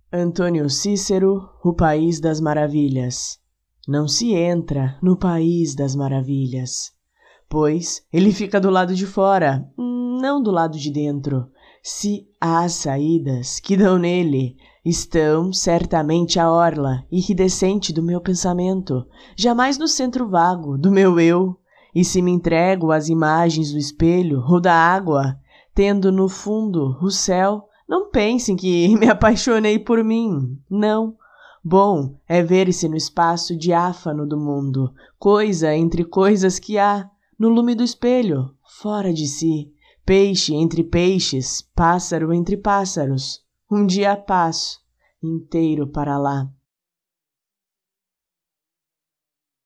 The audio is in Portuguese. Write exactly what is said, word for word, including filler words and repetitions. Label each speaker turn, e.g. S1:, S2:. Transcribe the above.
S1: Antônio Cícero, O País das Maravilhas. Não se entra no País das Maravilhas, pois ele fica do lado de fora, não do lado de dentro. Se há saídas que dão nele, estão certamente à orla iridescente do meu pensamento, jamais no centro vago do meu eu. E se me entrego às imagens do espelho ou da água, tendo no fundo o céu, não pensem que me apaixonei por mim, não. Bom é ver-se no espaço diáfano do mundo, coisa entre coisas que há, no lume do espelho, fora de si, peixe entre peixes, pássaro entre pássaros. Um dia passo, inteiro para lá.